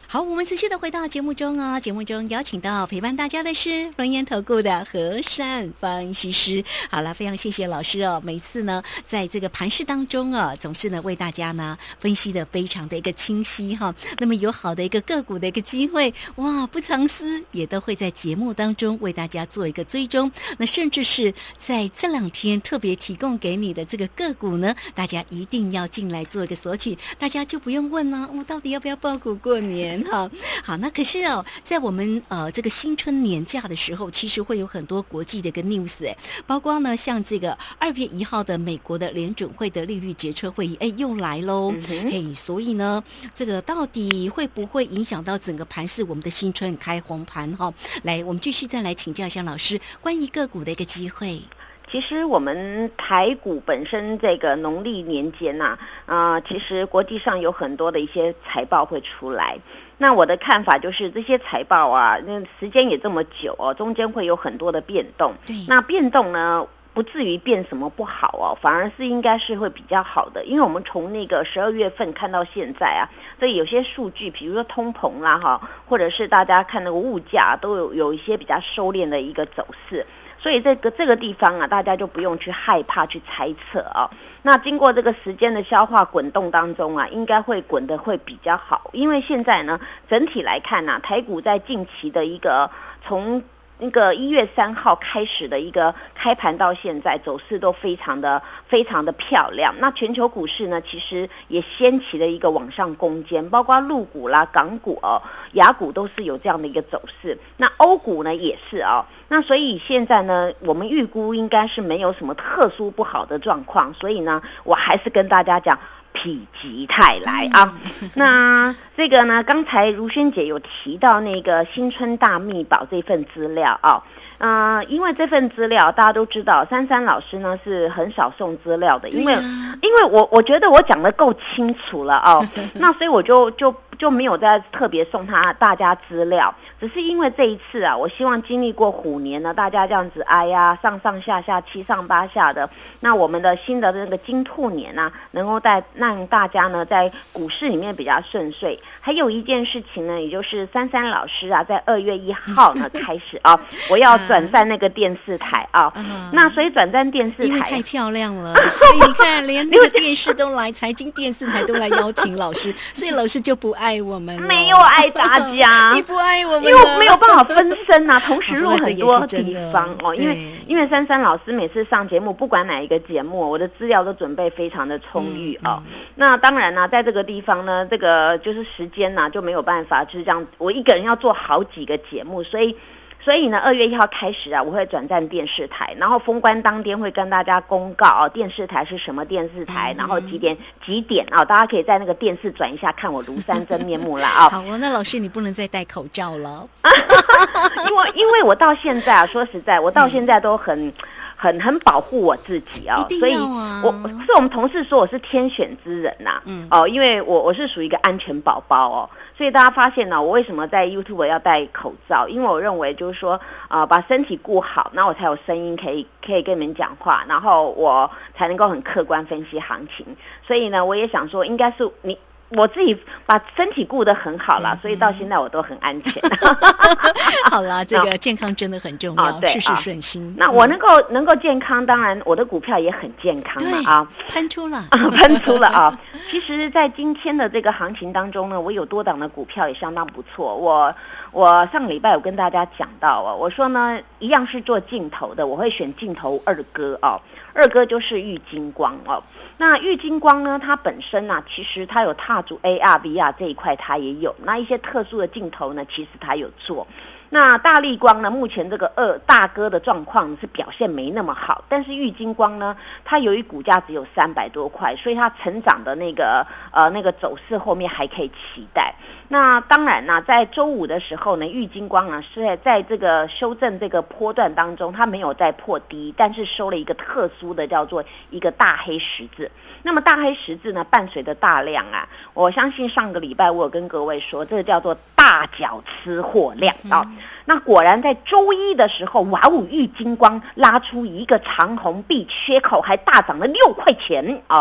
好，我们持续的回到节目中哦。节目中邀请到陪伴大家的是龙岩投顾的和善分析师。好了，非常谢谢老师哦。每次呢，在这个盘势当中啊，总是呢为大家呢分析的非常的一个清晰哈。那么有好的一个个股的一个机会，哇，不藏私，也都会在节目当中为大家做一个追踪。那甚至是在这2天特别提供给你的这个个股呢，大家一定要进来做一个索取，大家就不用问了，我到底要不要抱股过年？好，那可是哦，在我们这个新春年假的时候，其实会有很多国际的一个 news 包括呢像这个2月1号的美国的联准会的利率决策会议，又来喽，所以呢，这个到底会不会影响到整个盘势？我们的新春开红盘哈，来，我们继续再来请教一下老师关于个股的一个机会。 其实我们台股本身这个农历年间其实国际上有很多的一些财报会出来。那我的看法就是这些财报那时间也这么久中间会有很多的变动。那变动呢，不至于变什么不好反而是应该是会比较好的，因为我们从那个12月份看到现在所以有些数据，比如说通膨啦或者是大家看那个物价都有一些比较收敛的一个走势。所以这个地方大家就不用去害怕去猜测那经过这个时间的消化滚动当中应该会滚得会比较好。因为现在呢，整体来看台股在近期的一个从那个1月3号开始的一个开盘到现在走势都非常的漂亮。那全球股市呢，其实也掀起了一个往上攻坚，包括陆股啦、港股亚股都是有这样的一个走势。那欧股呢也是那所以现在呢，我们预估应该是没有什么特殊不好的状况，所以呢，我还是跟大家讲否极泰来那这个呢，刚才如萱姐有提到那个新春大秘宝这份资料因为这份资料大家都知道，珊珊老师呢是很少送资料的，因为我觉得我讲得够清楚了那所以我就没有再特别送大家资料，只是因为这一次我希望经历过虎年呢，大家这样子上上下下七上八下的，那我们的新的那个金兔年能够让大家呢在股市里面比较顺遂。还有一件事情呢，也就是珊珊老师在2月1号呢开始我要转战那个电视台那所以转战电视台因为太漂亮了，所以你看连那个电视都来，财经电视台都来邀请老师，所以老师就不爱我们了。 没有爱大家你不爱我们了， 因为我没有办法分身同时录很多地方因为珊珊老师每次上节目，不管哪一个节目，我的资料都准备非常的充裕那当然在这个地方呢，这个就是时间就没有办法就是这样，我一个人要做好几个节目，所以呢，2月1号开始我会转战电视台，然后封关当天会跟大家公告电视台是什么电视台，然后几点大家可以在那个电视转一下看我庐山真面目啦好那老师你不能再戴口罩了因为我到现在说实在，我到现在都很保护我自己所以是我们同事说我是天选之人因为我是属于一个安全宝宝所以大家发现我为什么在 YouTube 要戴口罩？因为我认为就是说把身体顾好，那我才有声音可以跟你们讲话，然后我才能够很客观分析行情。所以呢，我也想说应该是我自己把身体顾得很好啦，所以到现在我都很安全好啦，这个健康真的很重要事事顺心那我能够健康，当然我的股票也很健康嘛喷出了其实在今天的这个行情当中呢，我有多档的股票也相当不错。我上个礼拜有跟大家讲到我说呢，一样是做镜头的，我会选镜头二哥二哥就是玉晶光那玉晶光呢，它本身其实它有踏足 AR、VR 这一块，它也有。那一些特殊的镜头呢，其实它有做。那大立光呢，目前这个大哥的状况是表现没那么好，但是玉晶光呢，它由于股价只有300多块，所以它成长的那个走势后面还可以期待。那当然在周五的时候呢，玉晶光是在这个修正这个波段当中，它没有再破低，但是收了一个特殊的叫做一个大黑十字。那么大黑十字呢，伴随着大量我相信上个礼拜我有跟各位说，这个叫做大脚吃货量那果然在周一的时候，玉晶光拉出一个长红 B 缺口，还大涨了6块钱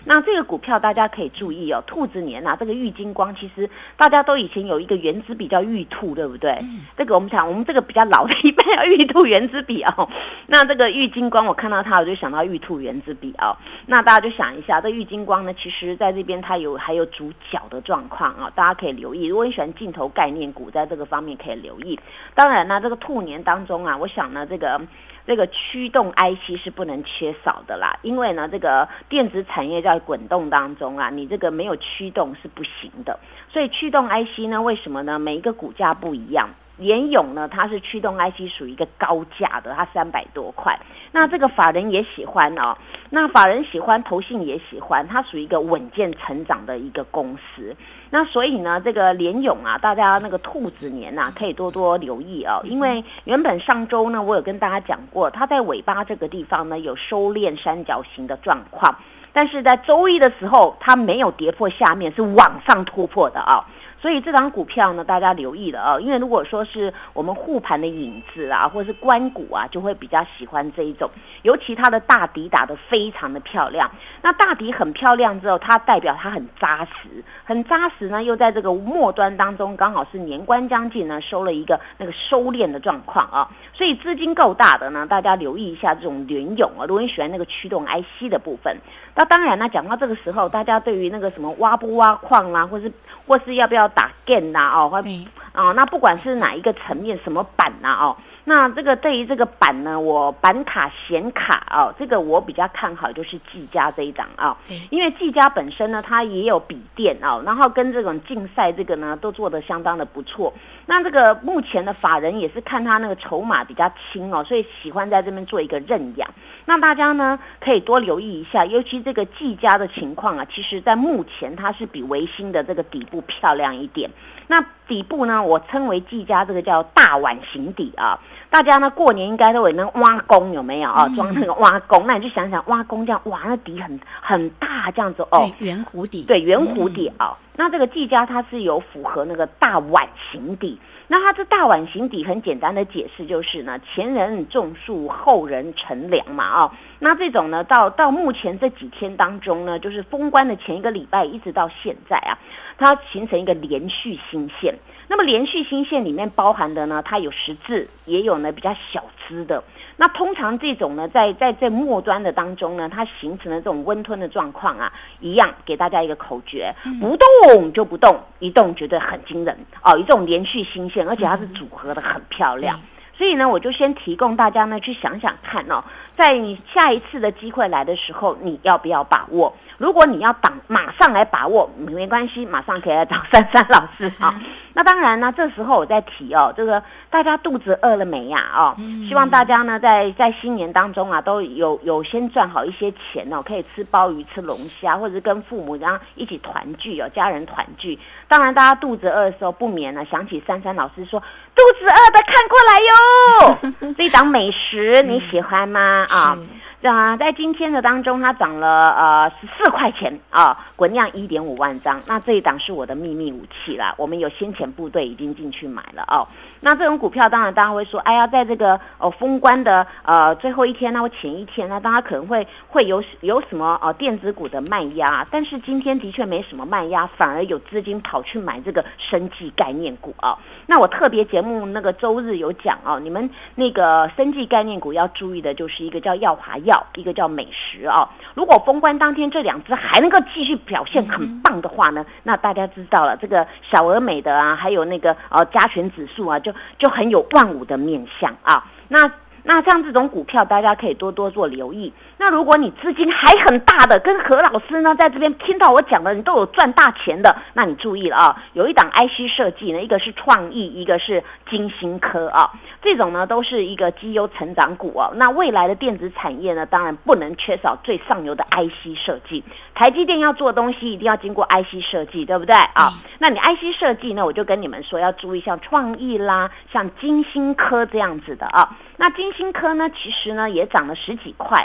那这个股票大家可以注意哦，兔子年啊，这个玉金光其实大家都以前有一个原子笔叫玉兔，对不对？这个我们这个比较老的一辈叫玉兔原子笔哦。那这个玉金光我看到它我就想到玉兔原子笔哦。那大家就想一下，这玉金光呢，其实在这边它还有主角的状况啊，大家可以留意。如果你喜欢镜头概念股，在这个方面可以留意。当然呢，这个兔年当中啊，我想呢，这个驱动 IC 是不能缺少的啦，因为呢，这个电子产业在滚动当中啊，你这个没有驱动是不行的。所以驱动 IC 呢，为什么呢？每一个股价不一样。联咏呢，它是驱动 IC 属于一个高价的，它300多块。那这个法人也喜欢哦，那法人喜欢，投信也喜欢，它属于一个稳健成长的一个公司。那所以呢，这个联咏啊，大家那个兔子年啊，可以多多留意哦。因为原本上周呢，我有跟大家讲过，它在尾巴这个地方呢有收敛三角形的状况，但是在周一的时候，它没有跌破下面，是往上突破的啊。所以这档股票呢，大家留意了啊，因为如果说是我们护盘的影子啊，或者是官股啊，就会比较喜欢这一种，尤其它的大底打得非常的漂亮。那大底很漂亮之后，它代表它很扎实，很扎实呢，又在这个末端当中，刚好是年关将近呢，收了一个那个收敛的状况啊。所以资金够大的呢，大家留意一下这种联咏啊，如果你喜欢那个驱动 IC 的部分。那当然呢，讲到这个时候，大家对于那个什么挖不挖矿啦，或是要不要打 game 啦那不管是哪一个层面，什么板啦那这个对于这个板呢，我板卡显卡这个我比较看好就是技嘉这一档因为技嘉本身呢，它也有笔电然后跟这种竞赛这个呢都做得相当的不错。那这个目前的法人也是看它那个筹码比较轻所以喜欢在这边做一个认养。那大家呢可以多留意一下，尤其这个技嘉的情况其实在目前它是比微星的这个底部漂亮一点。那底部呢，我称为技嘉这个叫大碗型底大家呢过年应该都有那个挖工有没有装那个挖工，那你就想想挖工这样，哇，那底很大这样子对，圆弧底， 对，圆弧底那这个技嘉它是有符合那个大碗型底。那它这大碗型底很简单的解释就是呢，前人种树，后人乘凉嘛那这种呢，到目前这几天当中呢，就是封关的前一个礼拜一直到现在它形成一个连续新线。那么连续新线里面包含的呢，它有十字，也有呢比较小支的。那通常这种呢，在末端的当中呢，它形成了这种温吞的状况一样给大家一个口诀：不动就不动，一动绝对很惊人一种连续新线，而且它是组合的很漂亮。所以呢，我就先提供大家呢去想想看在你下一次的机会来的时候，你要不要把握？如果你要马上来把握，没关系，马上可以来找珊珊老师那当然呢，这时候我在提这个大家肚子饿了没呀希望大家呢在新年当中都有先赚好一些钱可以吃鲍鱼、吃龙虾，或者是跟父母然后一起团聚家人团聚。当然大家肚子饿的时候不免呢想起珊珊老师说肚子饿的看过来哟这一档美食你喜欢吗在今天的当中，它涨了14块钱滚量1.5万张。那这一档是我的秘密武器啦，我们有先遣部队已经进去买了那这种股票，当然大家会说，哎呀，在这个封关的最后一天或前一天大家可能会有什么电子股的卖压，但是今天的确没什么卖压，反而有资金跑去买这个生技概念股那我特别节目那个周日有讲你们那个生技概念股要注意的就是一个叫耀华药，一个叫美食如果封关当天这两只还能够继续表现很棒的话呢，那大家知道了，这个小而美的还有那个加权指数就很有万五的面向那像这种股票大家可以多多做留意。那如果你资金还很大的，跟何老师呢在这边听到我讲的你都有赚大钱的，那你注意了有一档 IC 设计呢，一个是创意，一个是金星科这种呢都是一个绩优成长股那未来的电子产业呢，当然不能缺少最上游的 IC 设计。台积电要做东西一定要经过 IC 设计，对不对那你 IC 设计呢，我就跟你们说要注意像创意啦，像金星科这样子的那金星科呢其实呢也涨了10几块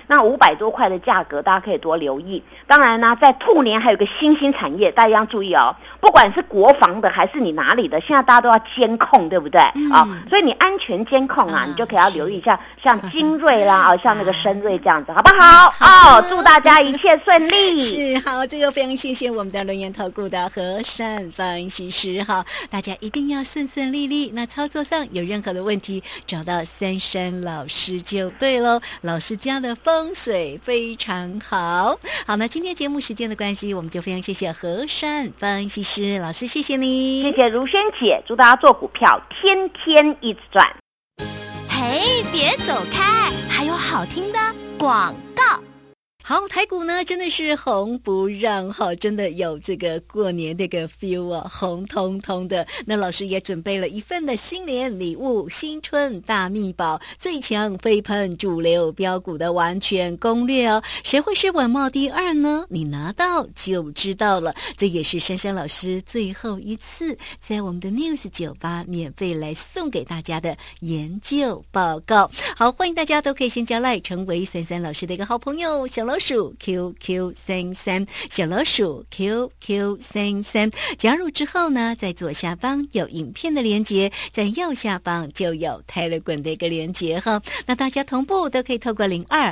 那500多块的价格，大家可以多留意。当然呢，在兔年还有个新兴产业，大家要注意哦。不管是国防的还是你哪里的，现在大家都要监控，对不对？所以你安全监控啊，你就可以要留意一下，像精锐啦，像那个深锐这样子，好不好？祝大家一切顺利。 是，好，这个非常谢谢我们的轮研投顾的和善分析师哈，大家一定要顺顺利利。那操作上有任何的问题，找到珊珊老师就对喽。老师家的风水非常好。好，那今天节目时间的关系，我们就非常谢谢和善分析师老师，谢谢你， 谢谢如萱姐，祝大家做股票天天一直赚。 嘿，别走开，还有好听的广告。 好，台股呢真的是红不让，好，真的有这个过年这个 feel 啊，红彤彤的。那老师也准备了一份的新年礼物，新春大秘宝，最强飞喷主流标股的完全攻略哦。谁会是稳茂第2呢？你拿到就知道了。这也是珊珊老师最后一次在我们的 News 98免费来送给大家的研究报告。好，欢迎大家都可以先加赖，成为珊珊老师的一个好朋友，小老鼠 QQ33， 小老鼠 QQ33， 加入之后呢，在左下方有影片的连结，在右下方就有Telegram的一个连结哈。那大家同步都可以透过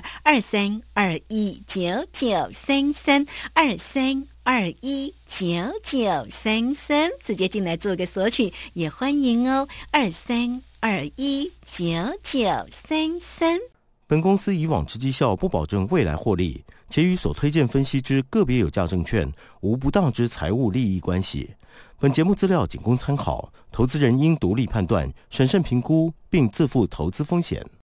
02-2321-9933 2321-9933直接进来做个索取，也欢迎哦。2321-9933。 本公司以往之绩效不保证未来获利，且与所推荐分析之个别有价证券无不当之财务利益关系。本节目资料仅供参考，投资人应独立判断、审慎评估，并自负投资风险。